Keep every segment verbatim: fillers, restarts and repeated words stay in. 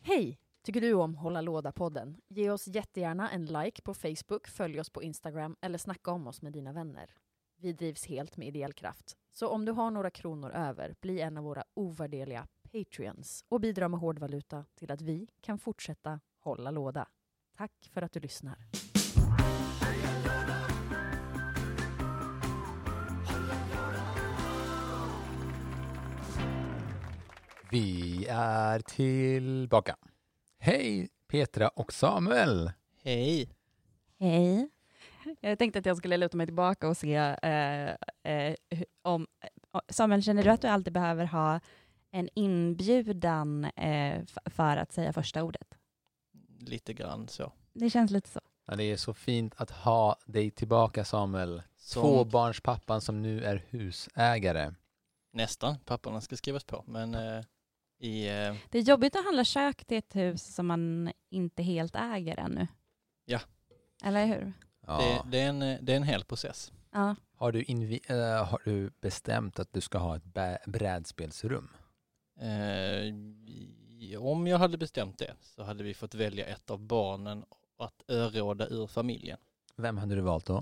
Hej! Tycker du om Hålla Låda-podden? Ge oss jättegärna en like på Facebook, följ oss på Instagram eller snacka om oss med dina vänner. Vi drivs helt med ideell kraft. Så om du har några kronor över, bli en av våra ovärdeliga Patreons och bidra med hårdvaluta till att vi kan fortsätta hålla låda. Tack för att du lyssnar. Vi är tillbaka. Hej Petra och Samuel. Hej. Hej. Jag tänkte att jag skulle luta mig tillbaka och se eh, eh, om... Samuel, känner du att du alltid behöver ha en inbjudan eh, f- för att säga första ordet? Lite grann så. Det känns lite så. Ja, det är så fint att ha dig tillbaka, Samuel. Som- Tvåbarnspappan som nu är husägare. Nästan. Papporna ska skrivas på. Men eh, i... Eh, Det är jobbigt att handla kök till ett hus som man inte helt äger ännu. Ja. Eller hur? Ja. det, det, är en, det är en hel process. Ja. Har, du invi- äh, har du bestämt att du ska ha ett bä- brädspelsrum? Eh, om jag hade bestämt det så hade vi fått välja ett av barnen att öråda ur familjen. Vem hade du valt då?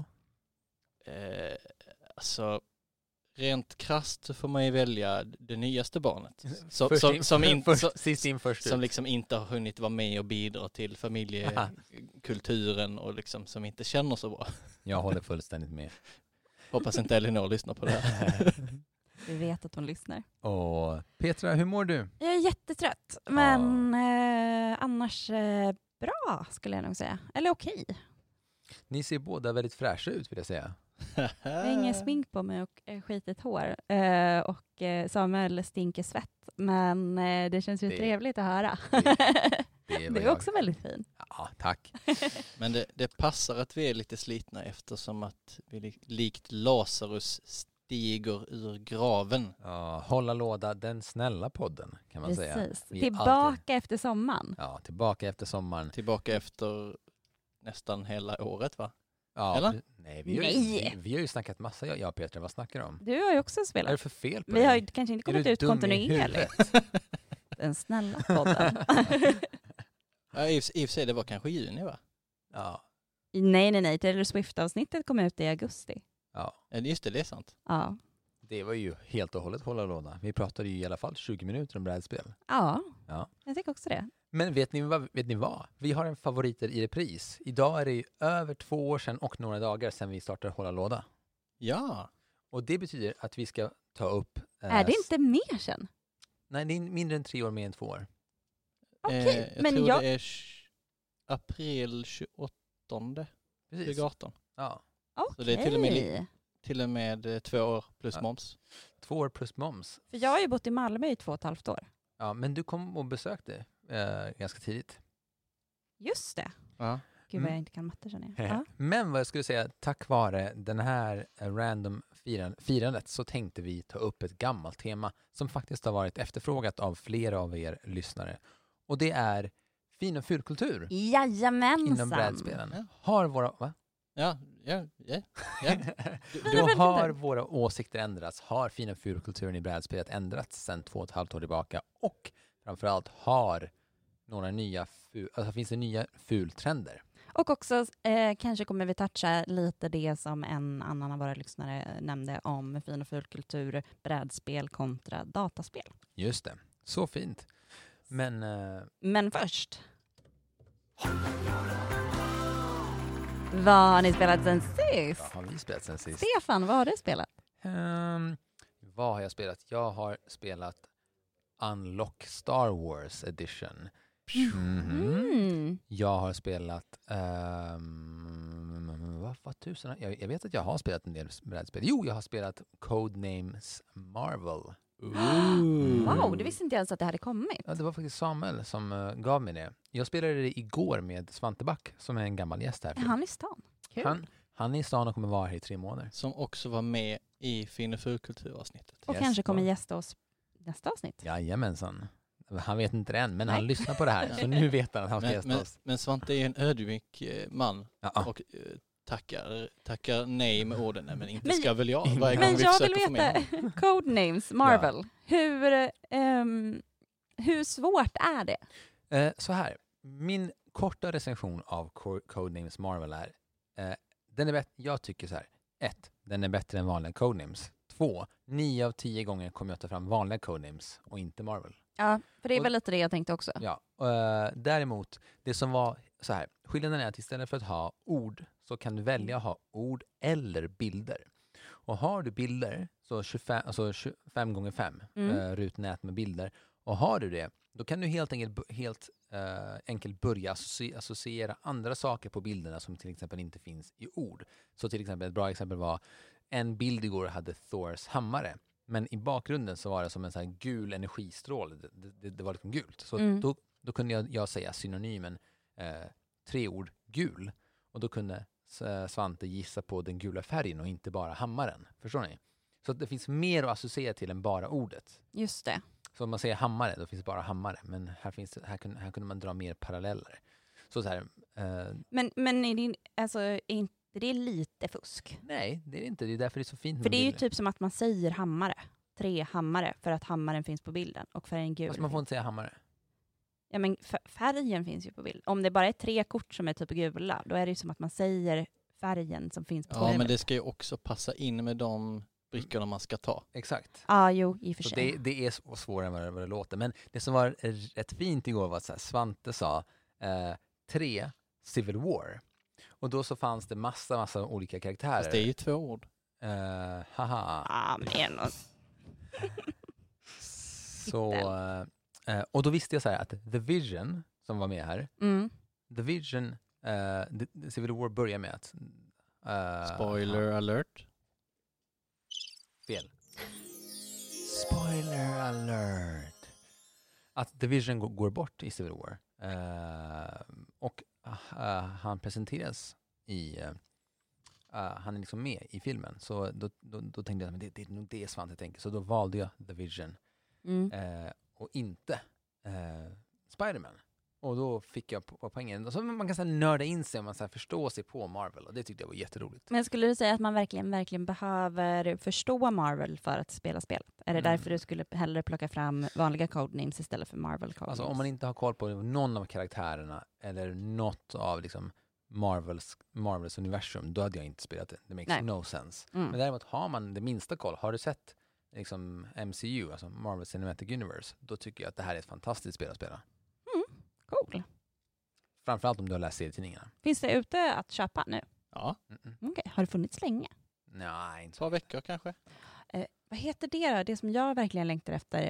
Eh, alltså... Rent krasst så får man ju välja det nyaste barnet. Som, Först som, in- som, in, först- som, sist in först som ut. liksom inte har hunnit vara med och bidra till familjekulturen och liksom som inte känner så bra. Jag håller fullständigt med. Hoppas inte Elinor lyssnar på det här. Vi vet att hon lyssnar. Och Petra, hur mår du? Jag är jättetrött, men eh, annars eh, bra skulle jag nog säga. Eller okej. Ni ser båda väldigt fräscha ut, vill jag säga. Jag har ingen smink på mig och eh, skitigt hår. Eh, och eh, Samuel stinker svett. Men eh, det känns ju Det- trevligt att höra. det- Det, det är vad är jag- också väldigt fint. Ja, tack. Men det, det passar att vi är lite slitna eftersom att vi li- likt Lazarus stiger ur graven. Ja, hålla låda, den snälla podden kan man säga. Precis. Vi är Tillbaka alltid- efter sommaren. Ja, tillbaka efter sommaren. Tillbaka efter nästan hela året, va? Ja, Eller? pre- Nej, vi, Har ju, Nej. vi, vi har ju snackat massa, jag, jag och Petra, vad snackar du om? Du har ju också Vad är spelat. det för fel på Vi dig? har ju kanske inte Är kommit du ut dum i kontinuerligt. huvudet? Den snälla podden. Ja, i, och- I och för sig, det var kanske juni, va? Ja, nej, nej, nej. Taylor Swift-avsnittet kom ut i augusti. ja, Ja, just det, det är sant. Ja. det var ju helt och hållet hålla låda. Vi pratade ju i alla fall tjugo minuter om brädspel. Ja, Ja. jag tycker också det. Men vet ni, vad, vet ni vad? Vi har en favoriter i repris. Idag är det ju över två år sedan och några dagar sedan vi startade hålla låda. Ja. Och det betyder att vi ska ta upp... eh, Är det inte mer sen? Nej, det är mindre än tre år, mer än två år. Okej, Eh, jag men tror jag- det är tj- april tjugoåttonde Precis. tjugoarton. Ja. Så det är till och med li- Okej. Till och med eh, två år plus Ja. moms. Två år plus moms. För jag har ju bott i Malmö i två och ett halvt år. Ja, men du kom och besökte eh, ganska tidigt. Just det. Ja. Gud vad Mm. jag inte kan matte känner jag. Ja. Men vad jag skulle säga, tack vare den här eh, random firan- firandet så tänkte vi ta upp ett gammalt tema som faktiskt har varit efterfrågat av flera av er lyssnare. Och det är fin och fulkultur Jajamensan. inom brädspelen. Ja. Har våra... Va? Ja, ja, ja. ja. Då har våra åsikter ändrats. Har fin och fulkulturen i brädspelet ändrats sedan två och ett halvt år tillbaka. Och framförallt har några nya, fu- alltså finns det nya fultrender. Och också eh, kanske kommer vi toucha lite det som en annan av våra lyssnare nämnde om fin och fulkultur, brädspel kontra dataspel. Just det, så fint. Men eh, Men först. Vad har ni spelat sen sist? vad har vi spelat sen sist? Stefan, vad har du spelat? Ehm, vad har jag spelat? Jag har spelat Unlock Star Wars Edition. Mhm. Mm. Jag har spelat... ehm, vad vad tusen? har- Jag, jag vet att jag har spelat en del brädspel. Jo, jag har spelat Codenames Marvel. Wow, det visste inte jag ens att det hade kommit. Ja, det var faktiskt Samuel som eh, gav mig det. Jag spelade det igår med Svante Back som är en gammal gäst här. Är han i stan? Kul. han, han är i stan och kommer vara här i tre månader. Som också var med i fin och fulkulturavsnittet. Och Yes, kanske kommer bra. gästa oss nästa avsnitt. Jajamensan. Han vet inte det än, men Nej. han lyssnar på det här. Så nu vet han att han ska Men, gästa men, oss. men Svante är en ödmjuk eh, man Ja, och eh, tackar, tackar nej med orden. Nej, men inte Men- ska väl jag varje gång Men vi jag försöker vill få med veta, honom. Codenames Marvel, hur, ehm, hur svårt är det? Eh, så här, min korta recension av Co- Codenames Marvel är, eh, den är bättre, jag tycker så här, ett, den är bättre än vanliga Codenames. Två, nio av tio gånger kommer jag ta fram vanliga Codenames och inte Marvel. Ja, för det är Och- väl lite det jag tänkte också. Ja, eh, däremot, det som var så här, skillnaden är att istället för att ha ord så kan du välja att ha ord eller bilder. Och har du bilder, så tjugofem, alltså tjugofem gånger fem Mm. eh, rutnät med bilder, och har du det, då kan du helt enkelt, bu- helt, eh, enkelt börja associ- associera andra saker på bilderna som till exempel inte finns i ord. Så till exempel, ett bra exempel var en bild igår hade Thors hammare. Men i bakgrunden så var det som en sån här gul energistråle. Det, det, det var liksom gult. Så Mm. då, då kunde jag, jag säga synonymen eh, tre ord gul. Och då kunde eh, Svante gissa på den gula färgen och inte bara hammaren. Förstår ni? Så att det finns mer att associera till än bara ordet. Just det. Så om man säger hammare, då finns det bara hammare. Men här, finns det, här, kunde, här kunde man dra mer paralleller. Så så här, eh, Men, men är, det, alltså, är inte det lite fusk? nej, det är det inte. Det är därför det är så fint med För det är ju bilder. typ som att man säger hammare. Tre hammare för att hammaren finns på bilden och färgen gul. Fast man får inte säga hammare. Ja, men f- färgen finns ju på bild. Om det bara är tre kort som är typ gula, då är det ju som att man säger färgen som finns på Ja, bilden. men det ska ju också passa in med de brickorna man ska ta. Exakt. Ja, jo, i och för Så sig. det, det är så svårare än vad det, vad det låter. Men det som var rätt fint igår var att så här, Svante sa eh, tre Civil War. Och då så fanns det massa, massa olika karaktärer. Fast det är ju två ord. Eh, haha. Ja, men Så, eh, och då visste jag så här att The Vision, som var med här, mm. The Vision, eh, the, the Civil War börjar med att... eh, Spoiler alert. Fel. Spoiler alert. Att The Vision går, går bort i Civil War. Eh, och uh, han presenteras i... Uh, han är liksom med i filmen. Så då, då, då tänkte jag att det, det är nog det Svante tänker. Så då valde jag The Vision. Mm. Eh, och inte eh, Spider-Man. Och då fick jag på, på poängen. Så man kan så här nörda in sig och man så här förstå sig på Marvel. Och det tyckte jag var jätteroligt. Men skulle du säga att man verkligen, verkligen behöver förstå Marvel för att spela spelet? Är det Mm. därför du skulle hellre plocka fram vanliga codenames istället för Marvel codenames? Alltså om man inte har koll på någon av karaktärerna eller något av liksom Marvels, Marvels universum, då hade jag inte spelat det. Det makes Nej. no sense. Mm. Men däremot har man det minsta koll, har du sett liksom M C U, alltså Marvel Cinematic Universe, då tycker jag att det här är ett fantastiskt spel att spela. Cool. Framförallt om du har läst serietidningarna. Finns det ute att köpa nu? Ja, Mm-mm. Okej, har det funnits länge? Nej, inte ett par veckor kanske. Eh, vad heter det då? Det som jag verkligen längtar efter.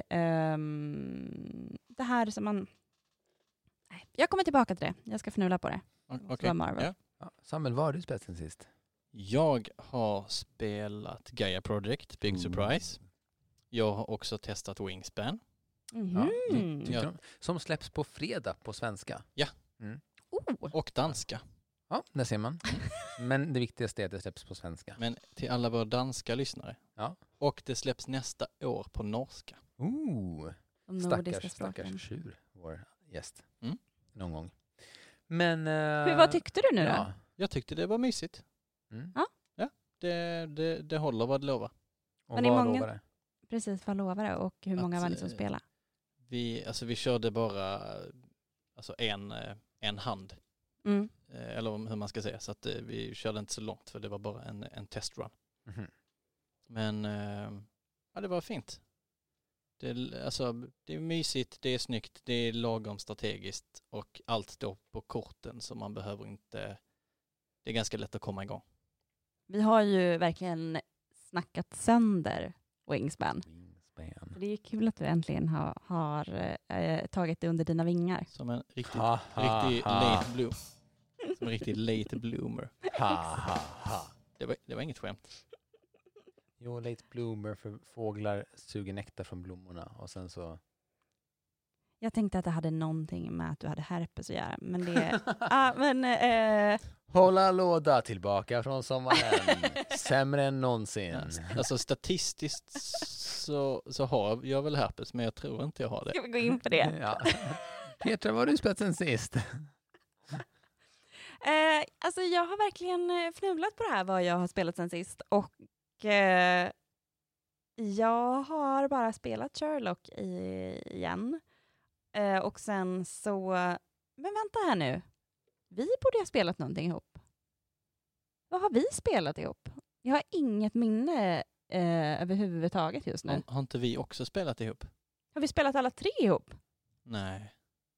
Ehm, det här som man... Nej, jag kommer tillbaka till det. Jag ska fnula på det. O- Så Okej. var Marvel. Ja. Ja, Samuel, vad har du spelat sen sist? Jag har spelat Gaia Project, Big Surprise. Jag har också testat Wingspan. Mhm. ty- tyckte Ja. de- Som släpps på fredag på svenska. Oh. Och danska. Ja, där ser man. Men det viktigaste är att det släpps på svenska. Men till alla våra danska lyssnare. Ja. Och det släpps nästa år på norska. Ooh, De nordiska stackars, språken. stackars tjur, vår gäst. Mm. Någon gång. Men... Hur, eh, vad tyckte du nu då? ja. Jag tyckte det var mysigt. Mm. Det, det, det håller vad det lovar. Och Men det är vad många- lovar det? Precis, vad lovar det? Och hur många Att, var ni som eh, spelade? Vi, alltså vi körde bara alltså en, eh, en hand. Mm. Eh, Eller hur man ska säga. Så att eh, vi körde inte så långt för det var bara en, en testrun. Mhm. Men eh, ja, det var fint. Det, är- alltså, det är mysigt, det är snyggt, det är lagom strategiskt och allt står på korten så man behöver inte... Det är ganska lätt att komma igång. Vi har ju verkligen snackat sönder Wingspan. Wingspan. Så det är ju kul att du äntligen har, har eh, tagit det under dina vingar. Som en riktig, Ha, ha, riktig ha. late bloom. Som en riktig late bloomer. Ha, ha, ha. Det var, det var inget skämt. Jo, late bloomer för fåglar suger nektar från blommorna och sen så... Jag tänkte att det hade någonting med att du hade herpes att göra. Men det... ah, men... Eh, Hålla låda tillbaka från sommaren. Sämre än någonsin. Ja, alltså statistiskt så, så har jag väl herpes, men jag tror inte jag har det. ska vi gå in på det? Ja. Petra, vad har du spelat sen sist? Eh, alltså jag har verkligen eh, fnulat på det här vad jag har spelat sen sist. Och eh, jag har bara spelat Sherlock i, igen. Eh, och sen så... Men vänta här nu. Vi borde ha spelat någonting ihop. Vad har vi spelat ihop? Jag har inget minne eh, överhuvudtaget just nu. Har, har inte vi också spelat ihop? Har vi spelat alla tre ihop? Nej.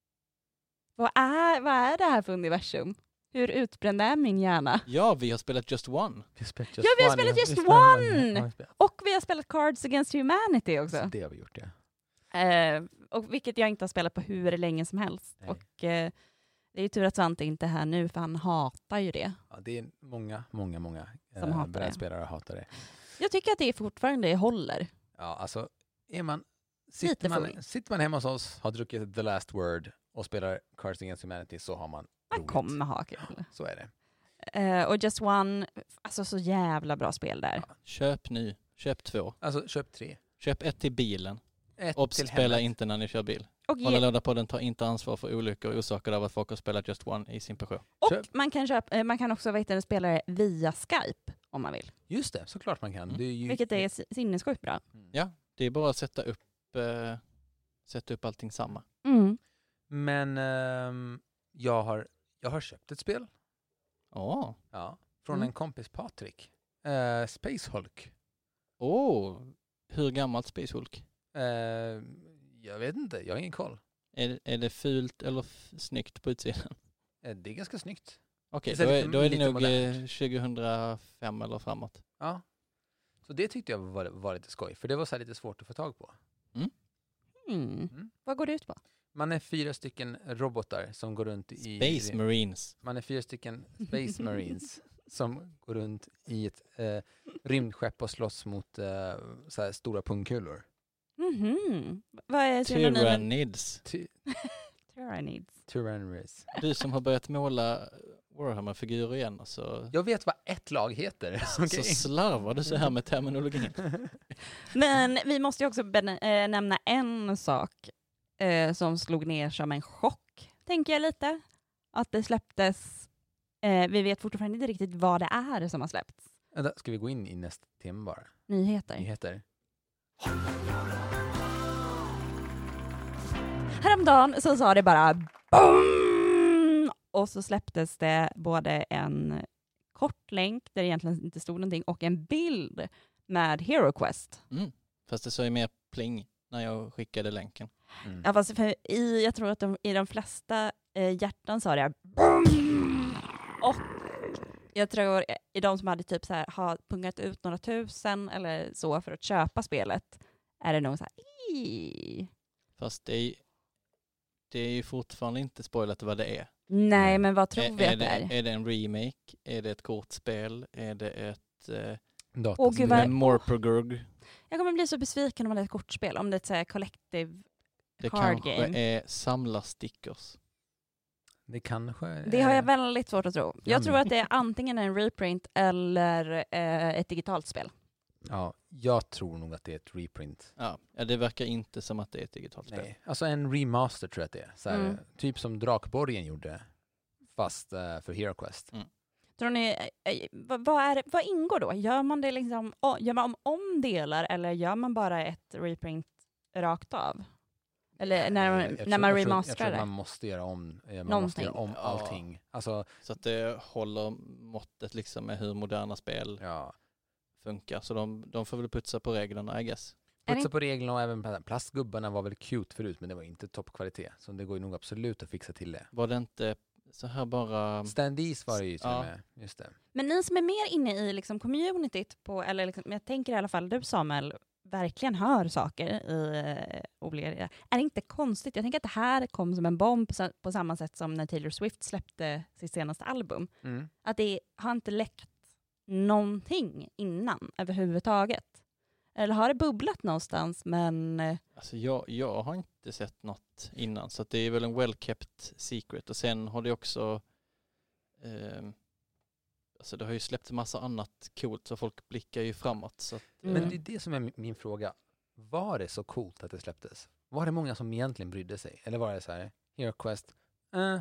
Vad är, vad är det här för universum? Hur utbränd är min hjärna? Ja, vi har spelat Just One. Vi har spelat Ja, vi har spelat ja. Just Vi har spelat One! Ja, vi har spelat. Och vi har spelat Cards Against Humanity Så också. det har vi gjort, ja. Eh, och vilket jag inte har spelat på hur länge som helst. Nej. Och eh, det är ju tur att Svante inte är här nu, för han hatar ju det. Ja, det är många, många, många Som hatar det. brädspelare hatar det. Jag tycker att det fortfarande håller. Ja, alltså, är man, Lite sitter, full. man, sitter man hemma hos oss, har druckit The Last Word och spelar Cards Against Humanity, så har man Man roligt. kommer ha kul. Så är det. Eh, och Just One, alltså så jävla bra spel där. Ja. Köp nu. Köp två. Alltså, köp tre. Köp ett till bilen. Ett Obs, till spela hemmet. inte när ni kör bil. Och, Hålla ge, låda på den, tar inte ansvar för olyckor orsakade av att folk har spelat Just One i sin Peugeot. och Köp. man, kan köpa, eh, man kan också veta en spelare via Skype om man vill. Just det, såklart man kan. Mm. Det är ju... Vilket är s- sinnessjukt bra. Mm. Ja, det är bara att sätta upp, eh, sätta upp allting samma. Mm. Men ehm, jag, har, jag har köpt ett spel. Åh, Ja. Från Mm. en kompis, Patrik. Uh, Space Hulk. oh, hur gammalt Space Hulk? Eh, jag vet inte, jag har ingen koll. Är, är det fult eller f- snyggt på utsidan? Eh, det är ganska snyggt. Okej, Det är då, lite- är, då är det lite nog modernt. eh, tjugohundrafem eller framåt. Ja. Så det tyckte jag var, var lite skoj, för det var så här lite svårt att få tag på. Mm. Mm. Vad går det ut på? Man är fyra stycken robotar som går runt i... Space Marines. Man är fyra stycken Space Marines som går runt i ett eh, rymdskepp och slåss mot eh, så här stora pungkulor. Mhm. Vad är synonymen? Tyrannids. Ty- Tyrannids. Tyrannids. Du som har börjat måla Warhammer-figurer igen, så, Jag vet vad ett lag heter. så Okej. slarvar du så här med terminologin. Men vi måste ju också benä- äh, nämna en sak eh, som slog ner som en chock, tänker jag lite. Att det släpptes, eh, vi vet fortfarande inte riktigt vad det är som har släppts. Vänta, ska vi gå in i nästa tema bara? Nyheter. Nyheter. Häromdagen så sa det bara BOOM! Och så släpptes det både en kort länk där det egentligen inte stod någonting och en bild med Hero Quest. Mm. Fast det sa ju mer pling när jag skickade länken. Mm. Ja, fast för i, jag tror att de, i de flesta eh, hjärtan sa det BOOM! Och jag tror i de som hade typ så här, har pungat ut några tusen eller så för att köpa spelet är det nog så här "Ii." Fast det är, det är ju fortfarande inte spoilat vad det är. Nej, men vad tror är, vi är, att det är? det, är det en remake? Är det ett kortspel? Är det ett eh, Data. Åh, gud, vad- en Morpurgurg? Jag kommer bli så besviken om det är ett kortspel, om det är ett så här collective Det card kanske game. är samlarstickers. Det kanske... Det har jag väldigt svårt att tro. Jag Ja, tror men- att det är antingen en reprint eller eh, ett digitalt spel. Ja, jag tror nog att det är ett reprint. Ja, ja, det verkar inte som att det är ett digitalt spel. Nej, alltså en remaster tror jag att det är. Så här, Mm. typ som Drakborgen gjorde, fast uh, för Hero Quest. Tror ni, eh, eh, vad, vad, är det, vad ingår då? Gör man det liksom, oh, gör man om, om delar eller gör man bara ett reprint rakt av? Eller när, Jag- man- jag tror- när man jag tror- Jag remasterar tror det? man måste göra om, eh, man måste Någonting. göra om Ja. allting. Alltså, Så att det håller måttet liksom med hur moderna spel ja. funkar. Så de, de får väl putsa på reglerna, I guess. Är det Putsa inte- på reglerna och även pla- plastgubbarna var väl cute förut, men det var inte toppkvalitet. Så det går ju nog absolut att fixa till det. Var det inte så här bara... Standees var det ju till och Ja. med. Just det. Men ni som är mer inne i liksom communityt, på, eller liksom, jag tänker i alla fall du Samuel, verkligen hör saker i eh, olika... Är det inte konstigt? Jag tänker att det här kom som en bomb på, sa- på samma sätt som när Taylor Swift släppte sitt senaste album. Mm. Att det har inte läckt någonting innan överhuvudtaget. Eller har det bubblat någonstans, men... eh, Alltså jag, jag har inte sett något innan. Så att det är väl en well-kept secret. Och sen har det också... Eh, alltså det har ju släppt en massa annat coolt. Så folk blickar ju framåt. Så att, eh, Mm. Men det är det som är min- min fråga. Var det så coolt att det släpptes? Var det många som egentligen brydde sig? Eller var det så här, Hero Quest, eh,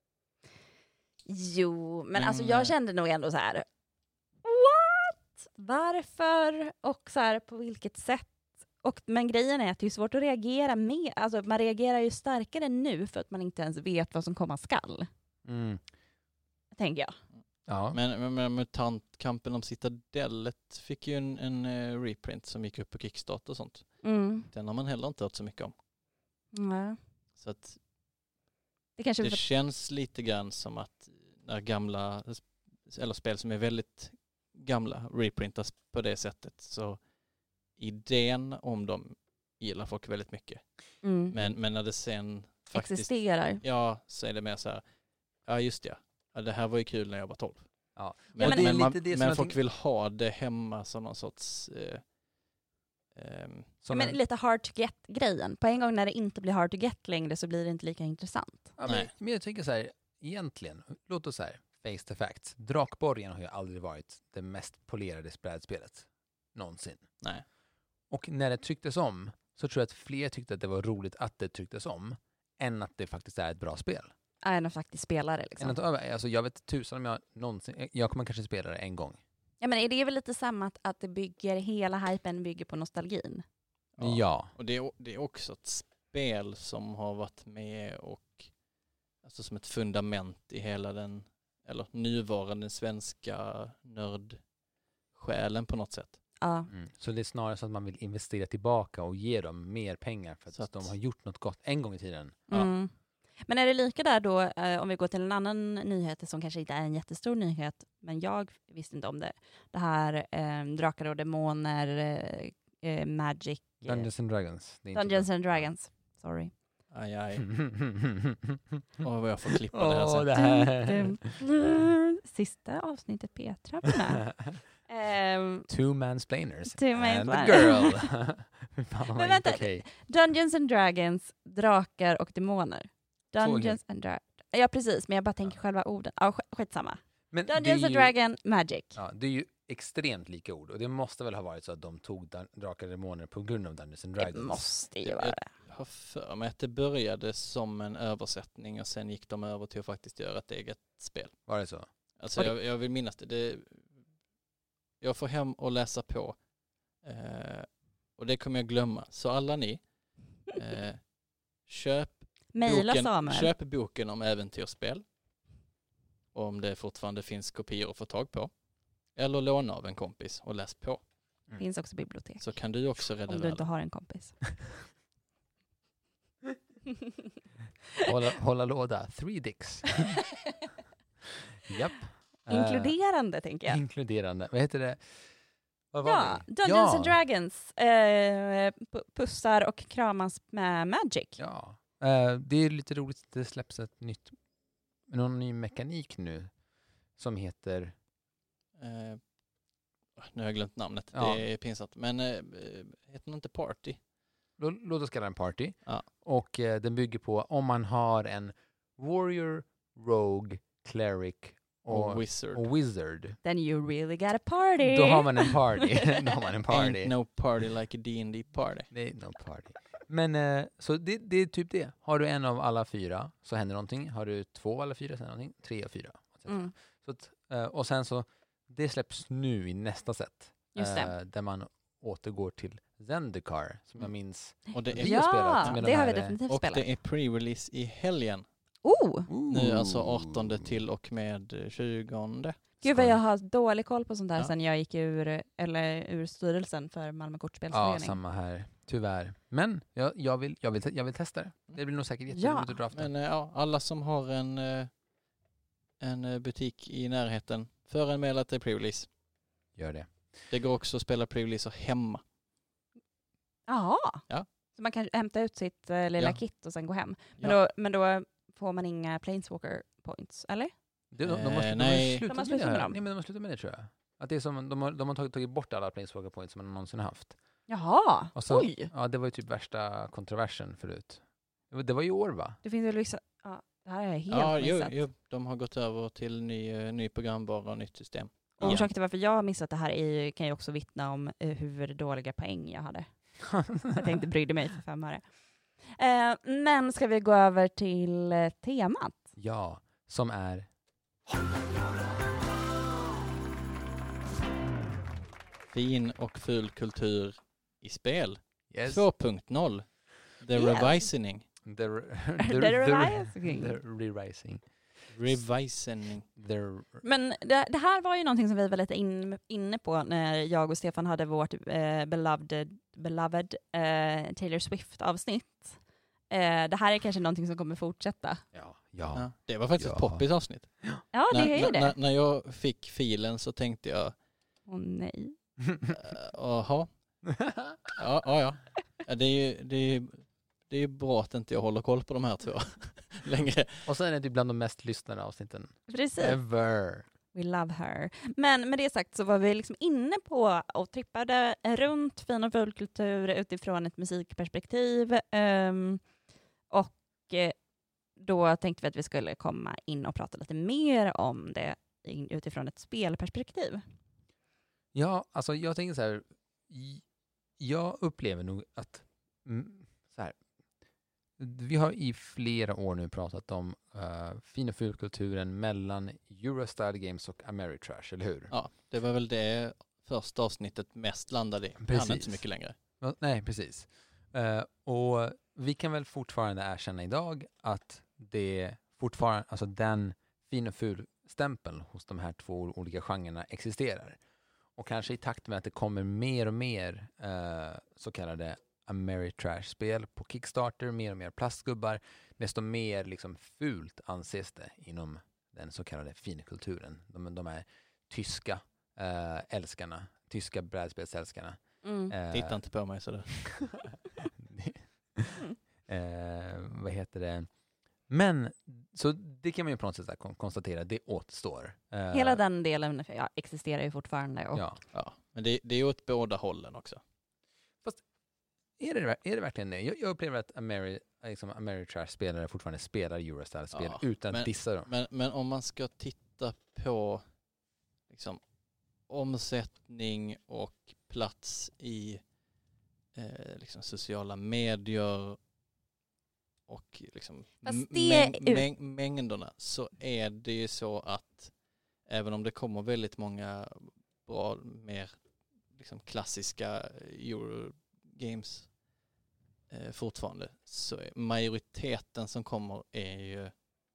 Jo, men Mm, alltså nej. jag kände nog ändå så här. What? Varför? Och så här, på vilket sätt? och, men grejen är att det är svårt att reagera med. Alltså man reagerar ju starkare nu för att man inte ens vet vad som komma skall. Mm. Tänker jag. Ja. Men, men, men mutantkampen om Citadellet fick ju en, en uh, reprint som gick upp på Kickstarter och sånt. Mm. Den har man heller inte hört så mycket om. Ja. Så att Det, kanske det för... känns lite grann som att när gamla, eller spel som är väldigt gamla reprintas på det sättet, så idén om dem gillar folk väldigt mycket. mm. Men, men när det sen faktiskt existerar. ja, så är det mer så här, ja just det, ja, det här var ju kul när jag var tolv. Ja. Men, men det är men, man, lite det som men jag folk tänk- vill ha det hemma som någon sorts eh, ehm, Ja, Som men en- lite hard to get-grejen. På en gång när det inte blir hard to get längre så blir det inte lika intressant. Ja, men, Nej. men jag tänker så här, egentligen, låt oss så här, face the facts. Drakborgen har ju aldrig varit det mest polerade brädspelet någonsin. nej. Och när det trycktes om så tror jag att fler tyckte att det var roligt att det trycktes om än att det faktiskt är ett bra spel. Är en faktiskt spelare liksom. Än att, alltså, jag vet tusan om jag någonsin, jag kommer kanske spela det en gång. Ja, men är det väl lite samma att, att det bygger, hela hypen bygger på nostalgin? Ja. ja. Och det är, det är också ett spel som har varit med och alltså som ett fundament i hela den, eller nuvarande svenska nördsjälen på något sätt. Ja. Mm. Så det är snarare så att man vill investera tillbaka och ge dem mer pengar för att, Så att- de har gjort något gott en gång i tiden. Ja. Mm. Men är det lika där då, eh, om vi går till en annan nyhet som kanske inte är en jättestor nyhet, men jag visste inte om det. Det här eh, Drakar och Demoner, eh, eh, Magic, eh, Dungeons and Dragons. Det är inte Dungeons and Dragons. Sorry. Aj, bra. aj. Åh, vad jag får klippa det här Åh, sen. det här. Dum, dum. Sista avsnittet Petra på det. Ehm, Two mansplainers Two and a mansplainers. girl. Fan, vad Men inte vänta, okej. Dungeons and Dragons, Drakar och Demoner. Dungeons and Dragons. Ja, precis, men jag bara tänker själva orden. Ja, sk- skitsamma. Men det Dungeons är and ju- Dragon, Magic. Ja, det är ju extremt lika ord och det måste väl ha varit så att de tog Dan- Drakar och Demoner på grund av Dungeons and Det Dragons. måste ju Jag- vara det. Jag har för mig att det började som en översättning och sen gick de över till att faktiskt göra ett eget spel. Var det så? Alltså Och det- jag, jag vill minnas det. det. Jag får hem och läsa på. Eh, och det kommer jag glömma. Så alla ni, eh, köp, Mejla boken, Samuel. köp boken om äventyrsspel. Om det fortfarande finns kopior att få tag på. Eller låna av en kompis och läs på. Finns också bibliotek. Så kan du också rädda Om du inte världen. har en kompis. Hålla, hålla låda. Three dicks. Japp. Eh, Inkluderande, tänker jag. Inkluderande. Vad heter det? Vad var Ja, vi? Dungeons ja. and Dragons. Eh, pu- pussar och kramas med Magic. Ja. Eh, det är lite roligt att det släpps ett nytt, någon ny mekanik nu som heter... Eh, nu har jag glömt namnet. Ja. Det är pinsamt. Men eh, heter den inte Party? Lå- Låt oss kalla den Party. Ja. Och eh, den bygger på om man har en Warrior, Rogue, Cleric och, Och Wizard. och Wizard. Then you really got a party. Då har man en party. Då har man en party. Ain't no party like a D and D party. Det är no party. Men eh, så det, det är typ det. Har du en av alla fyra så händer någonting. Har du två av alla fyra så händer någonting. Tre av fyra. Mm. Så att, eh, och sen så, det släpps nu i nästa set. Just det. eh, där man återgår till Zendikar, som jag Mm. minns. Och det Vi är, har spelat Ja, med det de har vi här, eh, definitivt och spelat. det är pre-release i helgen. Oh! Nu alltså artonde till och med tjugonde. Gud vad jag har dålig koll på sånt där Ja. sen jag gick ur, eller ur styrelsen för Malmö Ja, kortspelsförening. samma här. Tyvärr. Men jag, jag, vill, jag, vill, te- jag vill testa det. Det blir nog säkert jätteroligt Ja, att drafta. Men eh, ja, alla som har en, eh, en eh, butik i närheten, föranmäla till pre-release. Gör det. Det går också att spela pre-releaser hemma. Jaha. Ja. Så man kan hämta ut sitt eh, lilla Ja. kit och sen gå hem. Men, Ja. då, men då får man inga Planeswalker points, eller? De, de, de, har, Eh, de, har nej. slutat De har med slutat det med här. dem. Nej, men de har slutat med det tror jag. Att det är som, de har, de har tagit, tagit bort alla Planeswalker points som man någonsin har haft. Jaha, Och så, oj. Ja, det var ju typ värsta kontroversen förut. Det var, det var i år va? Det finns väl vissa... Ja, det här har jag helt Ja, jo, missat. jo, de har gått över till ny, eh, ny programvara och nytt system. Och Igen. orsaken till varför jag har missat det här är, ju- kan jag också vittna om eh, hur dåliga poäng jag hade. Jag tänkte brydde mig för fem öre. Eh, men ska vi gå över till eh, temat? Ja, som är... Fin och ful kultur i spel. Yes. två punkt noll. The Yeah. revising. The, the, The revising. The re-rising. Revising. The, Men det, det här var ju någonting som vi var lite in, inne på när jag och Stefan hade vårt eh, beloved, beloved eh, Taylor Swift-avsnitt. Eh, det här är kanske någonting som kommer fortsätta. ja, ja. Ja, det var faktiskt Ja. ett poppigt avsnitt. Ja, det när, är ju när, det. när, när jag fick filen så tänkte jag, Åh nej. eh, jaha, ja, ja, ja. ja det, är ju, det, är ju, det är ju bra att inte jag håller koll på de här två längre. Och sen är det bland de mest lyssnade avsnitten Precis. ever. We love her. Men med det sagt så var vi liksom inne på och trippade runt fin och fulkultur utifrån ett musikperspektiv. Um, och eh, då tänkte vi att vi skulle komma in och prata lite mer om det in, utifrån ett spelperspektiv. Ja, alltså jag tänker så här. i- Jag upplever nog att mm, så här. Vi har i flera år nu pratat om uh, fin och fulkulturen mellan Eurostyle Games och Ameritrash, eller hur? Ja, det var väl det första avsnittet mest landade i. Det hann inte så mycket längre. Ja, nej, precis. Uh, och vi kan väl fortfarande erkänna idag att det fortfarande, alltså den fin och ful-stämpeln hos de här två olika genrerna existerar. Och kanske i takt med att det kommer mer och mer uh, så kallade Ameritrash-spel på Kickstarter, mer och mer plastgubbar, desto mer liksom fult anses det inom den så kallade finkulturen. De, de är tyska uh, älskarna, tyska brädspelsälskarna. Mm. Uh, Titta inte på mig sådär. eh, vad heter det? Men, så det kan man ju på något sätt kon- konstatera, det återstår. Eh, Hela den delen ja, existerar ju fortfarande. Och Ja. Ja, men det, det är ju åt båda hållen också. Är det, är det verkligen det? Jag, jag upplever att Ameri, liksom Ameritrash-spelare fortfarande spelar Eurostyle-spel Ja, utan men- att dissa dem. Men, men om man ska titta på liksom, omsättning och plats i eh, liksom, sociala medier och liksom, Fast m- det är mäng- ut- mäng- mängderna, så är det ju så att även om det kommer väldigt många bra, mer liksom, klassiska Eurogames eh, fortfarande, så är majoriteten som kommer är ju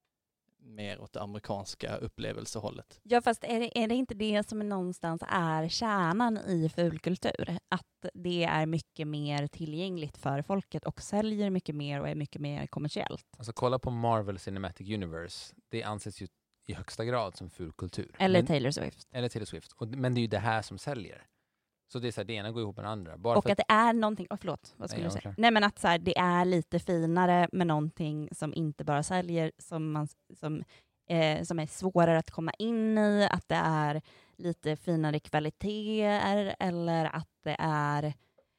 mer åt det amerikanska upplevelsehållet. Ja, fast är det, är det inte det som någonstans är kärnan i fulkultur? Att det är mycket mer tillgängligt för folket och säljer mycket mer och är mycket mer kommersiellt. Alltså kolla på Marvel Cinematic Universe. Det anses ju i högsta grad som fulkultur. Eller men, Taylor Swift. eller Taylor Swift. Och, men det är ju det här som säljer. Så det är så här, det ena går ihop med det andra. Bara Och för att det är någonting, oh, förlåt, vad skulle Nej, du jag var säga? klar. Nej, men att så här, det är lite finare med någonting som inte bara säljer, som, man, som, eh, som är svårare att komma in i, att det är lite finare kvaliteter eller att det är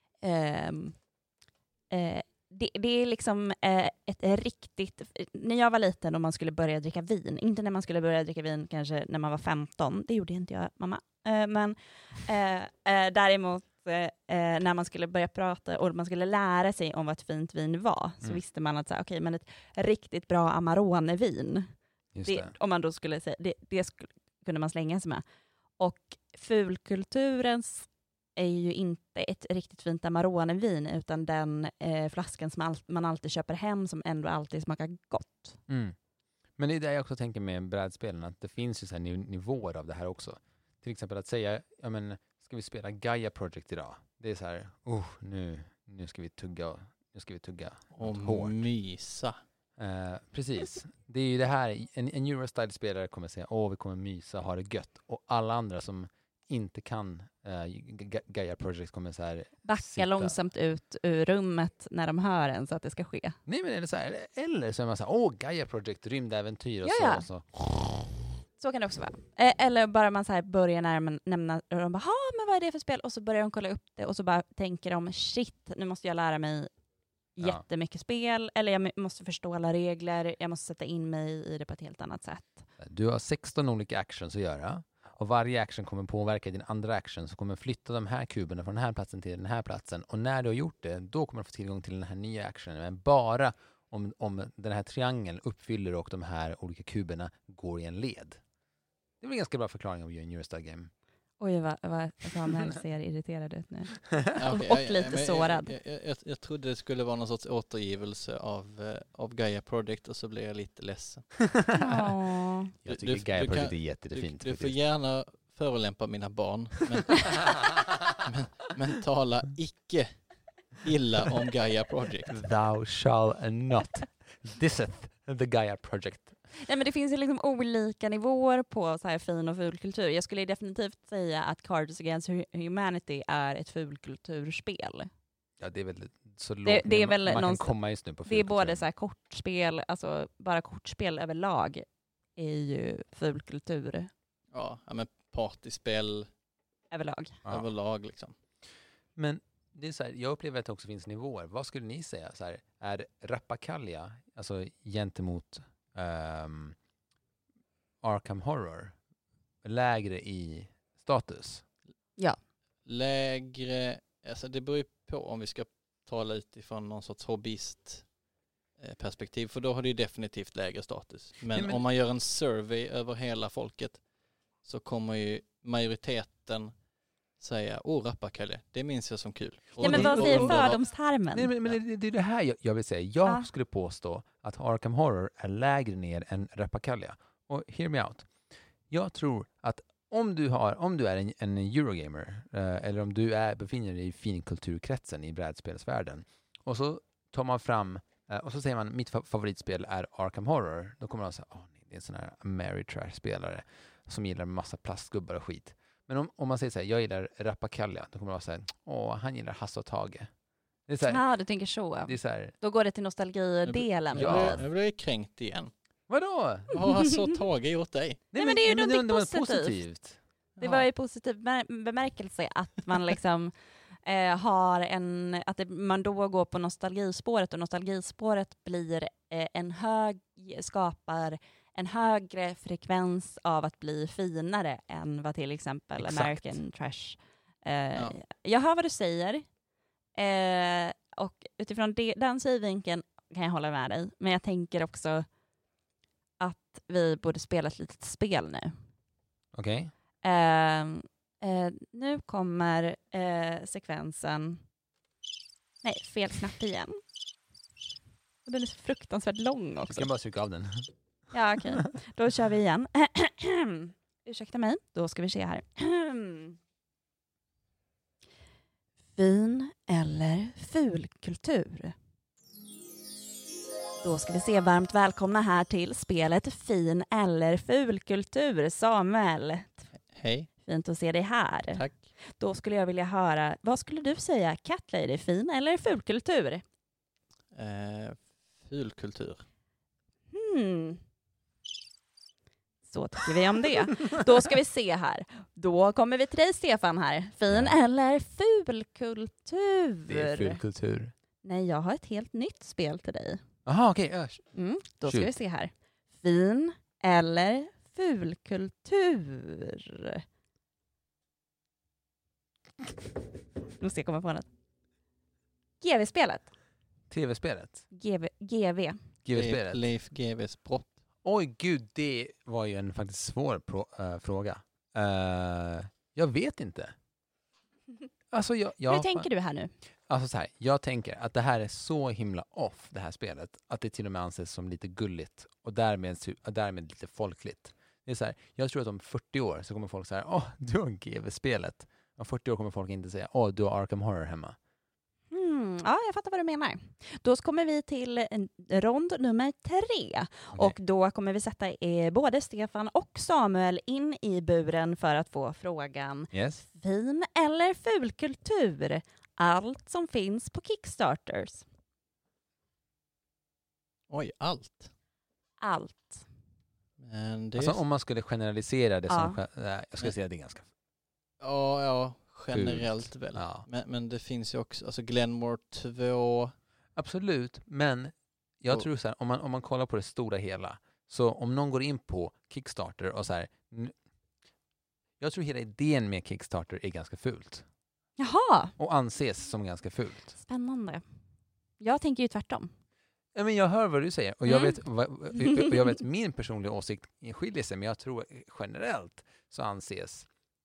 ehm, eh, det, det är liksom eh, ett riktigt... När jag var liten och man skulle börja dricka vin, inte när man skulle börja dricka vin kanske när man var femton, det gjorde inte jag, mamma. Eh, men eh, eh, däremot eh, eh, när man skulle börja prata och man skulle lära sig om vad ett fint vin var, så Mm. visste man att så här, okej, men ett riktigt bra Amarone-vin, just det, det. om man då skulle säga, det, det skulle, kunde man slänga sig med. Och fulkulturens är ju inte ett riktigt fint Amarone-vin, utan den eh, flaskan som all, man alltid köper hem som ändå alltid smakar gott. Mm. Men det är det jag också tänker med brädspelen, att det finns ju så här niv- nivåer av det här också. Till exempel att säga, ja men, ska vi spela Gaia Project idag? Det är så här, oh, nu, nu ska vi tugga, nu ska vi tugga Och något hårt. mysa. Eh, precis. Det är ju det här, en, en Eurostyle-spelare kommer säga, åh, vi kommer mysa, ha det gött. Och alla andra som inte kan uh, Gaia Project kommer så här Backa sitta- långsamt ut ur rummet när de hör en så att det ska ske. Nej, men är det så här, eller så är man så här, åh, Gaia Project, rymdäventyr och Ja, så. ja. Och så. Så kan det också vara. Eh, eller bara man så här börjar närma, nämna och de bara, ha, men vad är det för spel? Och så börjar de kolla upp det och så bara tänker de, shit, nu måste jag lära mig Ja. jättemycket spel. Eller jag m- måste förstå alla regler. Jag måste sätta in mig i det på ett helt annat sätt. Du har sexton olika actions att göra. Och varje action kommer påverka din andra action, så kommer flytta de här kuberna från den här platsen till den här platsen. Och när du har gjort det, då kommer du få tillgång till den här nya actionen. Men bara om, om den här triangeln uppfyller och de här olika kuberna går i en led. Det är väl en ganska bra förklaring av en Eurostyle game. Oj, vad, vad Samuel ser irriterad ut nu. Ja, okej, och ja, ja, lite men jag- sårad. Jag, jag, jag, jag trodde det skulle vara någon sorts återgivelse av, eh, av Gaia Project och så blev jag lite ledsen. Åh. Jag Du- tycker du- Gaia du Project kan- är Du, jättefint. du får faktiskt. gärna förolämpa mina barn, men, men, men tala icke illa om Gaia Project. Thou shall not disseth the Gaia Project. Nej, men det finns ju liksom olika nivåer på så här fin och fulkultur. Jag skulle definitivt säga att Cards Against Humanity är ett fulkulturspel. Ja, det är väl så lågt Det- det är man- väl man kan någonstans- komma just nu på Det är både fulkultur. så här kortspel, alltså bara kortspel överlag är ju fulkultur Ja, ja, men partyspel överlag. Ja. överlag liksom. Men det är så här, jag upplever att det också finns nivåer. Vad skulle ni säga? Så här, är Rappakalja, alltså gentemot ehm, Arkham Horror, lägre i status? Lägre, alltså det beror ju på om vi ska tala utifrån någon sorts hobbyist eh, perspektiv, för då har det ju definitivt lägre status. Men, Nej, men- om man gör en survey över hela folket så kommer ju majoriteten säga, åh, Rappakalja, det minns jag som kul. Ja, men det- vad och- säger och- fördomstermen? Nej, men, men det, det är det här jag, jag vill säga. Jag Ja. skulle påstå att Arkham Horror är lägre ner än Rappakalja. Och hear me out. Jag tror att om du, har, om du är en, en Eurogamer eh, eller om du är, befinner dig i finkulturkretsen i brädspelsvärlden och så tar man fram eh, och så säger man mitt fa- favoritspel är Arkham Horror, då kommer man säga åh nej, det är en sån här Ameritrash-spelare som gillar massa plastgubbar och skit. Men om, om man säger så här, jag gillar Rappakalja, då kommer man säga åh, han gillar Hasse och Tage. Det är så här, Ja, du tänker så. det är så här, Då går det till nostalgidelen. Nu Ja. blir- Nu blir jag kränkt igen. vadå? Vad har Hasse och Tage gjort dig? Nej, men det är ju någonting det var positivt. positivt. Det var ju positiv bemär- bemärkelse att man liksom eh, har en, att det, man då går på nostalgispåret och nostalgispåret blir eh, en hög, skapar en högre frekvens av att bli finare än vad till exempel Exakt. American Trash. Eh, Ja. Jag hör vad du säger eh, och utifrån det, den synvinkeln kan jag hålla med dig, men jag tänker också att vi borde spela ett litet spel nu. Okej. Eh, eh, nu kommer eh, sekvensen... Nej, fel knapp igen. Och den är så fruktansvärt lång Jag också. ska bara trycka av den. Ja, okej. Då kör vi igen. Ursäkta mig. Då ska vi se här. Fin eller fulkultur? Då ska vi se varmt välkomna här till spelet Fin eller fulkultur. Samuel, Hej, fint att se dig här. tack. Då skulle jag vilja höra, vad skulle du säga, Cat Lady, fin eller fulkultur? Eh, fulkultur. Hmm. Så tycker vi om det. Då ska vi se här. Då kommer vi till dig, Stefan, här. Fin Ja. eller fulkultur? Det är fulkultur. Nej, jag har ett helt nytt spel till dig. Jaha, okej. Okay. Mm, då ska Shoot. vi se här. Fin eller fulkultur? Nu ska jag komma på något. G V-spelet. Tv-spelet. G V. G V. Leif, G V-spelet. Leif G V:s brott. Oj, gud, det var ju en faktiskt svår pro- äh, fråga. Uh, jag vet inte. Alltså, jag, jag, Hur tänker du här nu? Alltså så här, jag tänker att det här är så himla off, det här spelet, att det till och med anses som lite gulligt och därmed, su- och därmed lite folkligt. Det är så här, jag tror att om fyrtio år så kommer folk säga, åh, du har G V-spelet. Om fyrtio år kommer folk inte säga, åh, du har Arkham Horror hemma. Hmm, ja, jag fattar vad du menar. Då kommer vi till en rond nummer tre. Okej. Och då kommer vi sätta eh, både Stefan och Samuel in i buren för att få frågan Yes. fin eller fulkultur? Allt som finns på Kickstarters. Oj, allt. Allt. Men det är... Alltså om man skulle generalisera det som, Ja. gen- nej, jag skulle säga att det är ganska, Ja, ja, generellt väl. ja. Men, men det finns ju också, alltså Glenmore två. Absolut, men jag Och- tror så här, om man, om man kollar på det stora hela, så om någon går in på Kickstarter och så här, n- jag tror hela idén med Kickstarter är ganska fult. Jaha, Och anses som ganska fult. spännande. Jag tänker ju tvärtom. Ja, men jag hör vad du säger och jag, Mm. vet, vad- och jag vet min personliga åsikt skiljer sig, men jag tror generellt så anses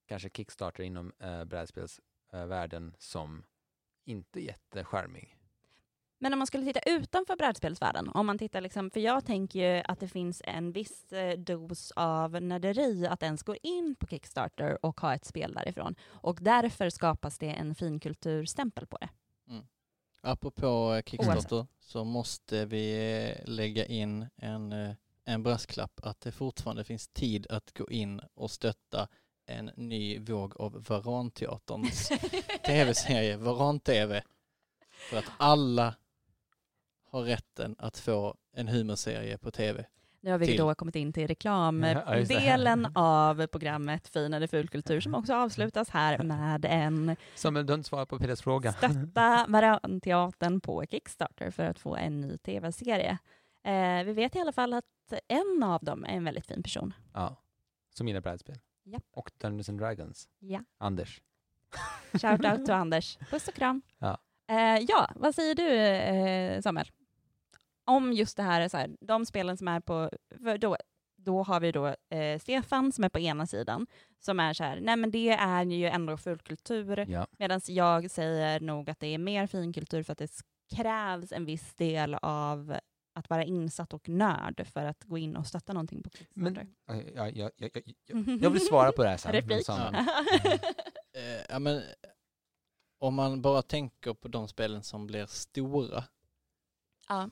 kanske Kickstarter inom äh, brädspelsvärlden äh, som inte jättecharmig. Men om man skulle titta utanför brädspelsvärlden, om man tittar liksom, för jag tänker ju att det finns en viss eh, dos av nörderi att ens går in på Kickstarter och ha ett spel därifrån. Och därför skapas det en finkulturstämpel på det. Mm. Apropå Kickstarter Oavsett. så måste vi lägga in en, en brasklapp att det fortfarande finns tid att gå in och stötta en ny våg av Varanteaterns tv-serie, Varan-T V. För att alla har rätten att få en humorserie på tv. Nu har vi till. då kommit in till reklamdelen av programmet Fin eller fulkultur som också avslutas här med en som en dumt svar på Petters fråga. Stötta Varanteatern på Kickstarter för att få en ny tv-serie. Eh, vi vet i alla fall att en av dem är en väldigt fin person. Ja, som gillar brädspel. Japp. Och Dungeons and Dragons. Ja. Anders. Shout out till Anders. Puss och kram. Ja. Eh, ja, vad säger du eh, Samuel? Om just det här, så här, de spelen som är på, för då, då har vi då eh, Stefan som är på ena sidan, som är så här, nej men det är ju ändå fulkultur, Ja. medan jag säger nog att det är mer finkultur för att det krävs en viss del av att vara insatt och nörd för att gå in och stötta någonting på Kickstarter. Men, ja, ja, ja, ja, ja. Jag vill svara på det här sen. Replik. Ja. eh, ja, men om man bara tänker på de spelen som blir stora, ja.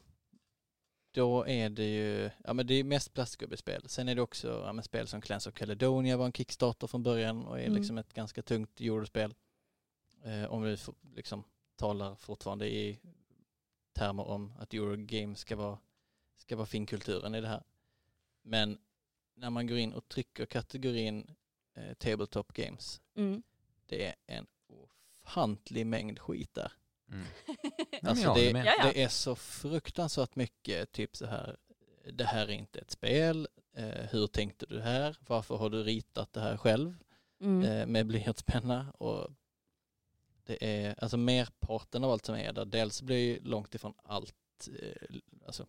då är det ju, ja men det är mest plastgubbespel. Sen är det också ja, men spel som Clans of Caledonia var en Kickstarter från början och är Mm. liksom ett ganska tungt eurospel. Eh, om vi f- liksom talar fortfarande i termer om att Eurogame ska vara, ska vara finkulturen i det här. Men när man går in och trycker kategorin eh, Tabletop Games, Mm. det är en ofantlig mängd skit där. Mm. Alltså Ja, det, men Ja, ja. det är så fruktansvärt mycket typ så här, det här är inte ett spel, eh, hur tänkte du här, varför har du ritat det här själv Mm. eh, med blyertspenna, och det är alltså merparten av allt som är där, dels blir ju långt ifrån allt eh, alltså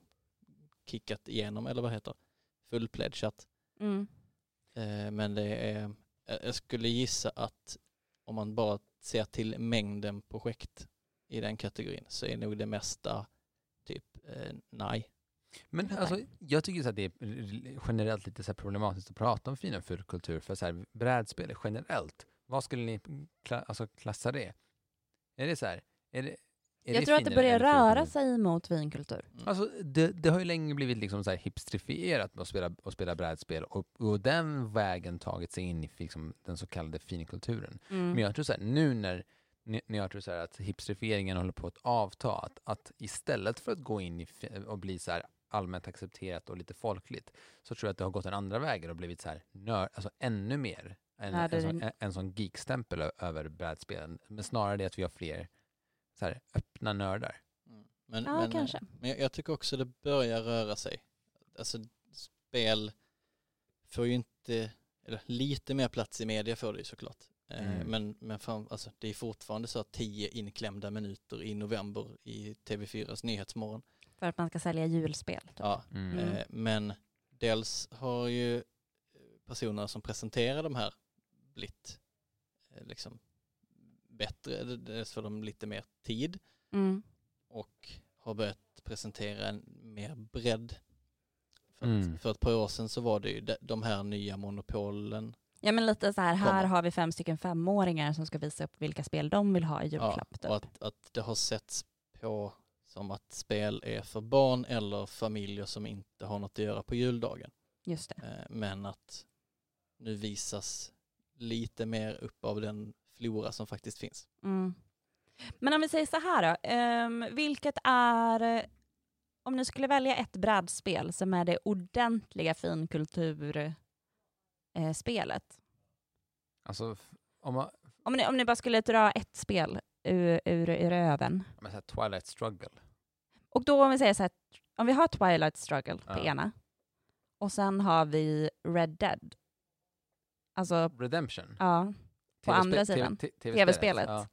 kickat igenom, eller vad heter fullpledgat, Mm. eh, men det är, jag skulle gissa att om man bara ser till mängden projekt i den kategorin så är nog det mesta typ eh, nej. Men alltså, jag tycker så att det är generellt lite så här problematiskt att prata om fin och fulkultur, för så här, brädspel generellt. Vad skulle ni kla- alltså, klassa det? Är det så här? Är det, är Jag det tror att fin det börjar eller röra fulkultur? sig mot vinkultur. Mm. Alltså, det, det har ju länge blivit liksom så här hipstrifierat med att spela, att spela brädspel och, och den vägen tagit sig in i liksom, den så kallade finkulturen. Mm. Men jag tror så här, nu när, när jag tror så här att hipstrifieringen håller på att avta, att, att istället för att gå in i fi- och bli så här allmänt accepterat och lite folkligt, så tror jag att det har gått en andra vägen och blivit så här nörd, alltså ännu mer en, Ja, det en, är sån, det. en, en sån geekstämpel ö- över brädspelen. Men snarare det att vi har fler så här öppna nördar. Mm. Men, Ja, men, kanske. men jag, jag tycker också det börjar röra sig. Alltså spel får ju inte, eller lite mer plats i media får det ju såklart. Eh, Mm. Men, men fan, alltså, det är fortfarande så att tio inklämda minuter i november i T V fyras Nyhetsmorgon. För att man ska sälja julspel. Typ. Ja, Mm. Mm. eh, men dels har ju personer som presenterar de här blivit eh, liksom bättre, dels får de lite mer tid Mm. och har börjat presentera en mer bredd. För, Mm. att, för ett par år sedan så var det ju de, de här nya monopolen. Ja, men lite så här, här Komma. har vi fem stycken femåringar som ska visa upp vilka spel de vill ha i julklapp. Ja, typ. och att, att det har setts på som att spel är för barn eller familjer som inte har något att göra på juldagen. Just det. Eh, men att nu visas lite mer upp av den flora som faktiskt finns. Mm. Men om vi säger så här då, ehm, vilket är, om ni skulle välja ett brädspel som är det ordentliga finkulturspelet, eh, spelet. Alltså, f- om man, Om ni, om ni bara skulle dra ett spel ur, ur, ur öven. om man säger Twilight Struggle. Och då om vi säger så här, om vi har Twilight Struggle på Ja. ena och sen har vi Red Dead. Alltså, Redemption. ja, på T V-spe- andra T V- sidan. T- T V-spelet. Ja.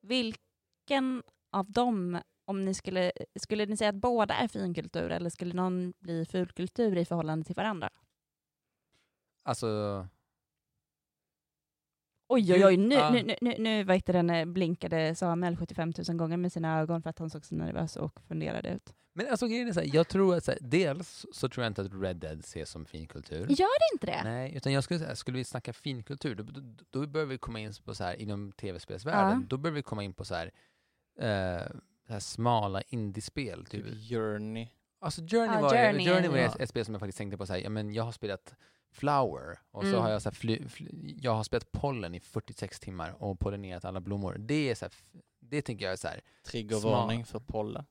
Vilken av dem, om ni skulle, skulle ni säga att båda är finkultur eller skulle någon bli fulkultur i förhållande till varandra? Alltså, Oj, oj, oj, nu, Ja. nu, nu, nu, nu vad heter den, blinkade Samuel sjuttiofem tusen gånger med sina ögon för att han såg så nervös och funderade ut. Men alltså grejen är så här, jag tror att så här, dels så tror jag inte att Red Dead ses som finkultur. Gör det inte det? Nej, utan jag skulle säga, skulle vi snacka finkultur, då, då, då börjar vi komma in på så här, inom tv-spelsvärlden, Ja. då börjar vi komma in på så här, eh, så här smala indiespel. Typ. Typ Journey. Alltså Journey Ja, var, Journey, Journey var ja. ett, ett spel som jag faktiskt tänkte på så här, ja, men jag har spelat Flower och så Mm. har jag så här fly, fly, jag har spelat pollen i fyrtiosex timmar och pollinerat alla blommor. Det är så här, det tycker jag är så här. Triggervarning för pollen.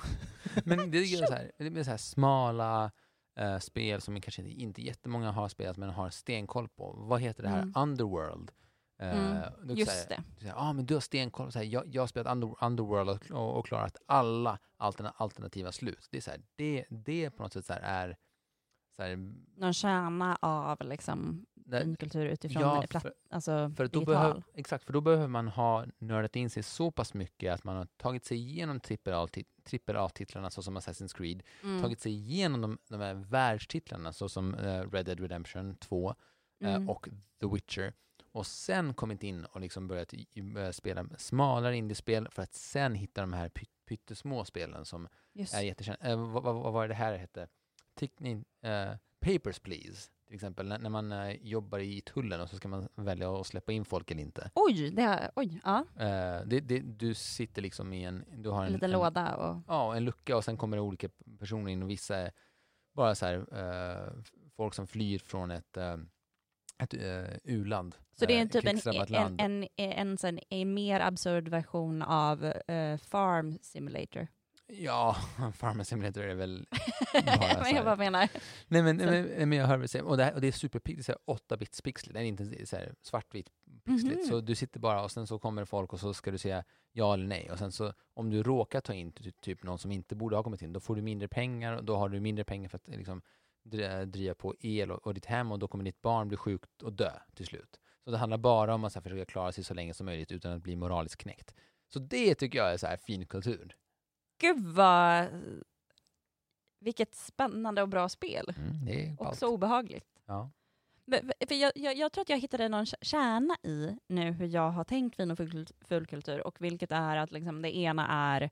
Men det är så här, det är så här smala uh, spel som kanske inte, inte jättemånga har spelat men har stenkoll på. Vad heter det här? Mm. Underworld. Uh, Mm, då just så här, det. Ja, ah, men du har stenkoll. Så här, jag, jag har spelat under, Underworld och, och, och klarat alla alterna, alternativa slut. Det är så här, det, det på något sätt så här är så här, Någon kärna av liksom där, finkultur utifrån ja, platt, för, alltså för då digital. behöv, exakt, för då behöver man ha nördat in sig så pass mycket att man har tagit sig igenom trippel A-titlarna såsom Assassin's Creed, Mm. tagit sig igenom de, de här världstitlarna såsom uh, Red Dead Redemption två uh, Mm. och The Witcher och sen kommit in och liksom börjat i, i, spela smalare indiespel för att sen hitta de här py, pyttesmå spelen som Just. är jättekända. Uh, vad, vad, vad var det här hette? Tickning, uh, Papers, Please. Till exempel när, när man uh, jobbar i tullen och så ska man välja att släppa in folk eller inte. Oj, det är, oj, ja. Uh, det, det, du sitter liksom i en... Du har en, En liten en, låda och... Ja, en lucka och sen kommer det olika personer in och vissa är bara så här uh, folk som flyr från ett, uh, ett uh, u-land. Så det är uh, en typ en, krigsdrabbat en, land. en, en, en, en mer absurd version av uh, Farm Simulator. Ja, Farmer Simulator är väl bara så Men jag här. bara menar. Nej men, men, men jag hör väl säga, och det, här, och det är superpixligt, så här åtta bits pixligt, det är inte så här svartvitt pixligt. Mhm. Så du sitter bara och sen så kommer folk och så ska du säga ja eller nej. Och sen så om du råkar ta in ty, typ någon som inte borde ha kommit in, då får du mindre pengar och då har du mindre pengar för att liksom driva på el och, och ditt hem och då kommer ditt barn bli sjukt och dö till slut. Så det handlar bara om att så här, försöka klara sig så länge som möjligt utan att bli moraliskt knäckt. Så det tycker jag är så här fin kultur. Gud vad... Vilket spännande och bra spel. Mm, det är Och ballt. så obehagligt. Ja. Men- För jag, jag, jag tror att jag hittade någon kärna i nu hur jag har tänkt fin och full- fullkultur och vilket är att liksom det ena är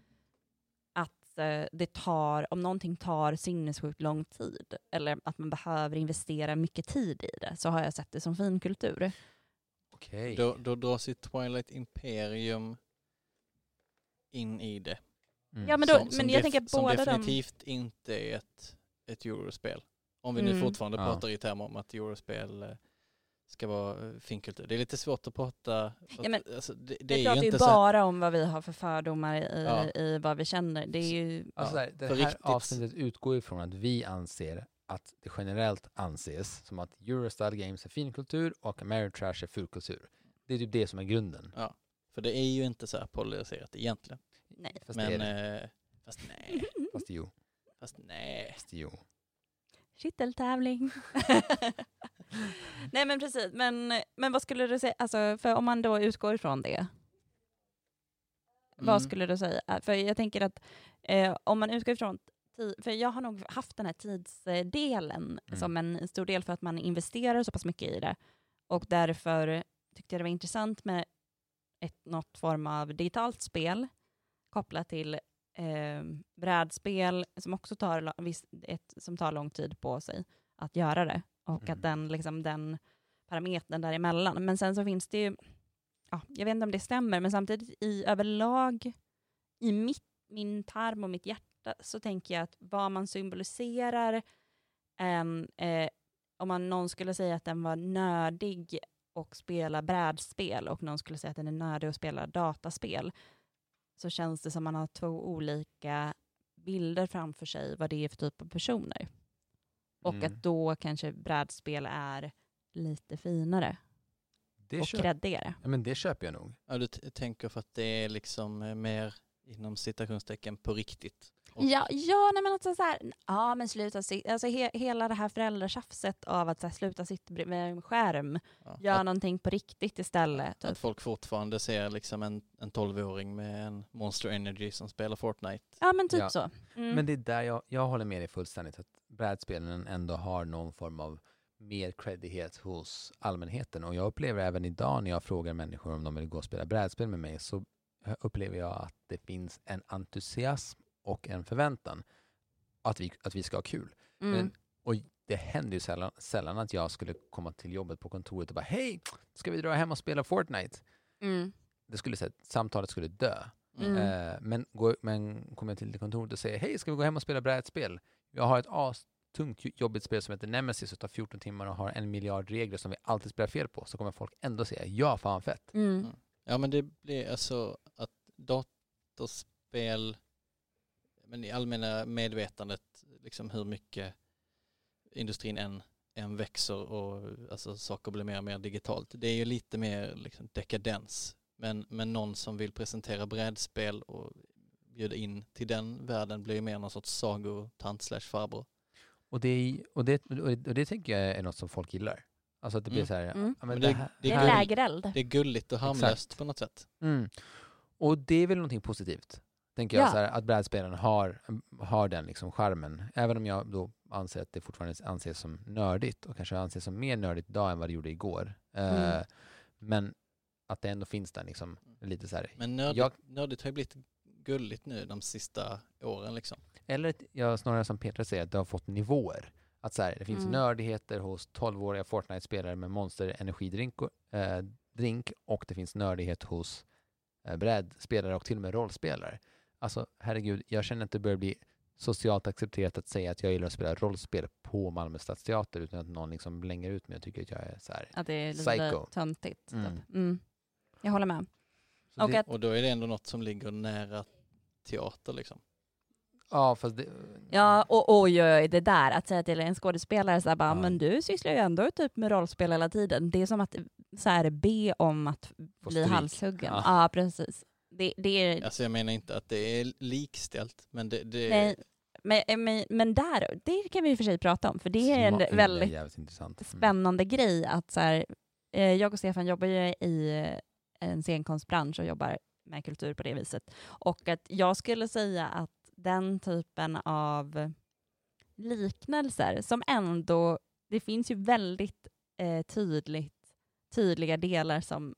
att eh, det tar, om någonting tar sinnessjukt lång tid eller att man behöver investera mycket tid i det så har jag sett det som finkultur. Okej. Då, då dras sitt Twilight Imperium in i det. Mm. Ja, men då- som, men som jag def- tänker som båda de- definitivt inte är ett, ett eurospel. Om vi nu Mm. fortfarande Ja. pratar i termer om att eurospel eh, ska vara eh, finkultur. Det är lite svårt att prata. Ja, men alltså, det, det Det är pratar ju ju inte så. bara om vad vi har för fördomar i, Ja. i vad vi känner. Det är ju... Alltså Ja, där, det för här riktigt- avsnittet utgår ifrån att vi anser att det generellt anses som att Eurostyle Games är finkultur och Ameritrash är fulkultur. Det är typ det som är grunden. Ja, för det är ju inte så här polariserat egentligen. Nej. Fast det Men är det. eh, fast nej, Fast jo. fast nej. Fast jo. Kitteltävling. Nej men precis, men, men vad skulle du säga, alltså, för om man då utgår ifrån det, vad Mm. skulle du säga? För jag tänker att eh, om man utgår ifrån, ti- för jag har nog haft den här tidsdelen Mm. som en stor del för att man investerar så pass mycket i det och därför tyckte jag det var intressant med ett, något form av digitalt spel kopplat till eh, brädspel som också tar, lo- viss- ett, som tar lång tid på sig att göra det. Och Mm. att den, liksom, den parametern däremellan. Men sen så finns det ju, ja, jag vet inte om det stämmer, men samtidigt i överlag i mitt, min tarm och mitt hjärta så tänker jag att vad man symboliserar en, eh, om man, någon skulle säga att den var nördig och spela brädspel och någon skulle säga att den är nördig och spela dataspel så känns det som man har två olika bilder framför sig vad det är för typ av personer. Och Mm. att då kanske brädspel är lite finare Det, och köp, kreddigare. ja, men det köper jag nog. Ja, du t- tänker för att det är liksom eh, mer inom citationstecken på riktigt. Och- Ja, ja nej men alltså så här, ja men sluta sitta, alltså he, hela det här föräldratjafset av att så här, sluta sitta bredvid en skärm, Ja, gör att, någonting på riktigt istället. att Typ. folk fortfarande ser liksom en, en tolvåring med en Monster Energy som spelar Fortnite. Ja men typ Ja. så. Mm. Men det är där jag, jag håller med dig fullständigt. Att brädspelen ändå har någon form av mer creddighet hos allmänheten. Och jag upplever även idag när jag frågar människor om de vill gå och spela brädspel med mig, så upplever jag att det finns en entusiasm och en förväntan att vi, att vi ska ha kul. Mm. Men, och det händer ju sällan, sällan att jag skulle komma till jobbet på kontoret och bara hej, ska vi dra hem och spela Fortnite? Mm. Det skulle säga, samtalet skulle dö. Mm. Eh, men, går, men kommer jag till det kontoret och säger hej, ska vi gå hem och spela brädspel? Jag har ett astungt jobbigt spel som heter Nemesis och tar fjorton timmar och har en miljard regler som vi alltid spelar fel på, så kommer folk ändå säga ja, fan fett. Mm. Ja, men det blir alltså att datorspel, men i allmänna medvetandet, liksom hur mycket industrin än, än växer och alltså, saker blir mer och mer digitalt. Det är ju lite mer liksom, dekadens. Men, men någon som vill presentera brädspel och bjuda in till den världen blir ju mer någon sorts sagotant slash farbror. Och det, och, det, och det tänker jag är något som folk gillar. Alltså att det blir Mm. så här... Mm. Ja, men Men det, det- här, Det är här- lägereld. Det är gulligt och harmlöst Exakt. på något sätt. Mm. Och det är väl någonting positivt. Tänker jag Ja. så här, att brädspelen har, har den liksom charmen. Även om jag då anser att det fortfarande anses som nördigt och kanske anses som mer nördigt idag än vad det gjorde igår. Mm. Eh, men att det ändå finns där liksom lite så här. Men nördigt, Jag- nördigt har ju blivit gulligt nu de sista åren liksom. Eller ett- jag snarare som Petra säger att det har fått nivåer. Att så här, det finns Mm. nördigheter hos tolvåriga Fortnite-spelare med Monster energidrink och, eh, drink, och det finns nördighet hos eh, brädspelare och till och med rollspelare. Alltså herregud, jag känner att det börjar bli socialt accepterat att säga att jag gillar att spela rollspel på Malmö stadsteater utan att någon liksom blänger ut mig och tycker att jag är så här. Att det är lite Psycho. töntigt. Mm. Typ. Mm. Jag håller med. Så Och det, att- Och då är det ändå något som ligger nära teater liksom. ja, fast det, Ja, och oj, oj, oj, det där att säga till en skådespelare så här, bara, Ja. men du sysslar ju ändå typ med rollspel hela tiden. Det är som att så här, be om att Få bli stryk. halshuggen. Ja. Ja, precis. Det, det är, Alltså jag menar inte att det är likställt, men det, det nej, men, men, men där, det kan vi i och för sig prata om, för det är sma- en väldigt jävligt intressant. Mm. spännande grej att så här, eh, jag och Stefan jobbar ju i eh, en scenkonstbransch och jobbar med kultur på det viset. Och att jag skulle säga att den typen av liknelser som ändå, det finns ju väldigt eh, tydligt, tydliga delar som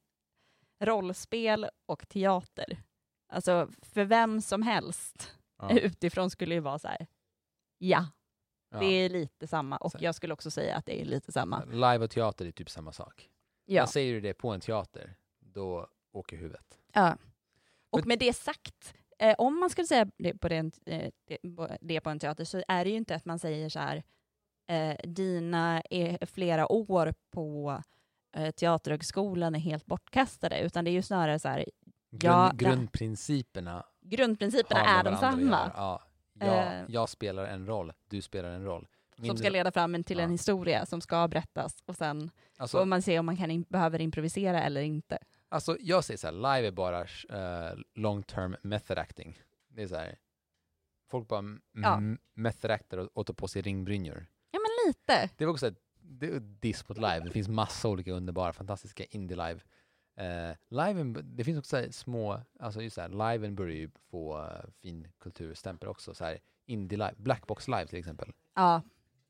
rollspel och teater. Alltså för vem som helst Ja. utifrån skulle ju vara så här, ja, Ja. det är lite samma. Och Så- jag skulle också säga att det är lite samma. Live och teater är typ samma sak. Ja. Men säger du det på en teater, då åker huvudet. Ja. Och Men- med det sagt, eh, om man skulle säga det på, den, eh, det, det på en teater så är det ju inte att man säger så här, eh, dina är flera år på eh, teaterhögskolan är helt bortkastade, utan det är ju snarare så här, Grund, Ja, det- grundprinciperna grundprinciperna har är med de varandra att samma. göra. Ja, jag, Eh. jag spelar en roll, du spelar en roll. Min Som ska leda fram en till en Ja. historia som ska berättas och sen alltså, får man se om man kan in, behöver improvisera eller inte. alltså, jag säger så här, live är bara uh, long term method acting. Det är så här, folk bara m- Ja. m- method actar och, och tar på sig ringbrynjor. Ja, men lite. Det var också ett det är ett diss mot live. Det finns massa olika underbara, fantastiska indie-live. Uh, liven, det finns också så här små, alltså just så här, liven börjar ju få uh, fin kulturstämpel också. Så här, indie-live, Blackbox live till exempel. Ja,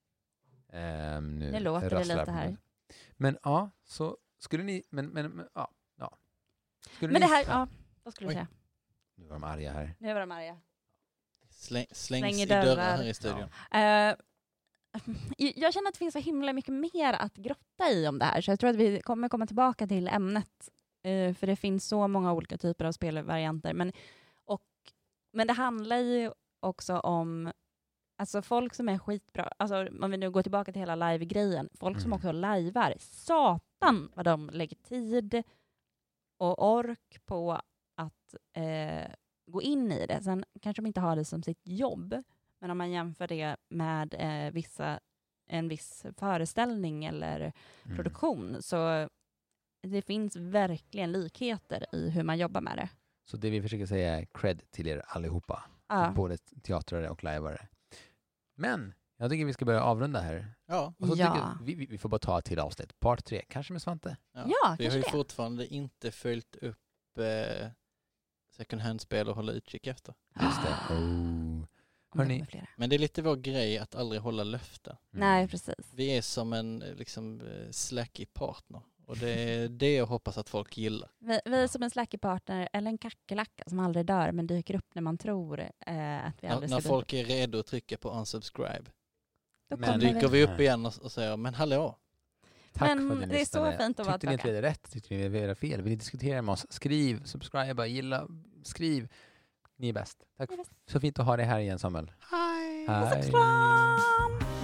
Um, nu Nu låter det rasslar lite på här. mig. Men ja, så skulle ni, men, men, men ja, ja. Skulle men ni, det här, ja, vad skulle du Oj. säga? Nu var de arga här. Nu var de arga. Släng, slängs Slänger i dörrar dörrar. här i studion. Eh, jag känner att det finns så himla mycket mer att grotta i om det här, så jag tror att vi kommer komma tillbaka till ämnet. Eh, för det finns så många olika typer av spelvarianter. Men, och, men det handlar ju också om alltså folk som är skitbra. Alltså, om vi nu går tillbaka till hela live-grejen. Folk som Mm. också livear. Satan vad de lägger tid och ork på att eh, gå in i det. Sen kanske de inte har det som sitt jobb. Men om man jämför det med eh, vissa, en viss föreställning eller Mm. produktion, så det finns verkligen likheter i hur man jobbar med det. Så det vi försöker säga är cred till er allihopa. Ja. Både teatrare och liveare. Men jag tycker vi ska börja avrunda här. Ja, Och så Ja. tycker jag, vi, vi vi får bara ta ett till avsnitt. Part tre, kanske med Svante. ja. Ja, Vi har kanske ju det. fortfarande inte följt upp eh, second hand-spel och hålla utkik efter. Just det. Oh. Om det Hörni. kommer flera. Men det är lite vår grej att aldrig hålla löften. Mm. Nej, precis. Vi är som en eh, liksom eh, slacky partner. Och det är det jag hoppas att folk gillar. Vi, vi är som en slacky-partner eller en kackerlacka som aldrig dör men dyker upp när man tror eh, att vi När, aldrig när ska folk är redo att trycka på unsubscribe. Då Men kommer Dyker vi. vi upp igen och, och säger men hallå. Tack Men för att ni det är så lyssnade. fint att vara Tyckte ni att vi tillbaka. hade rätt? Tyckte ni att vi hade fel? Vill ni diskutera med oss? Skriv, subscriba, gilla, skriv. Ni är bäst. Tack. Ni är bäst. Så fint att ha dig här igen, Samuel. Hej! Hej. Puss och kram!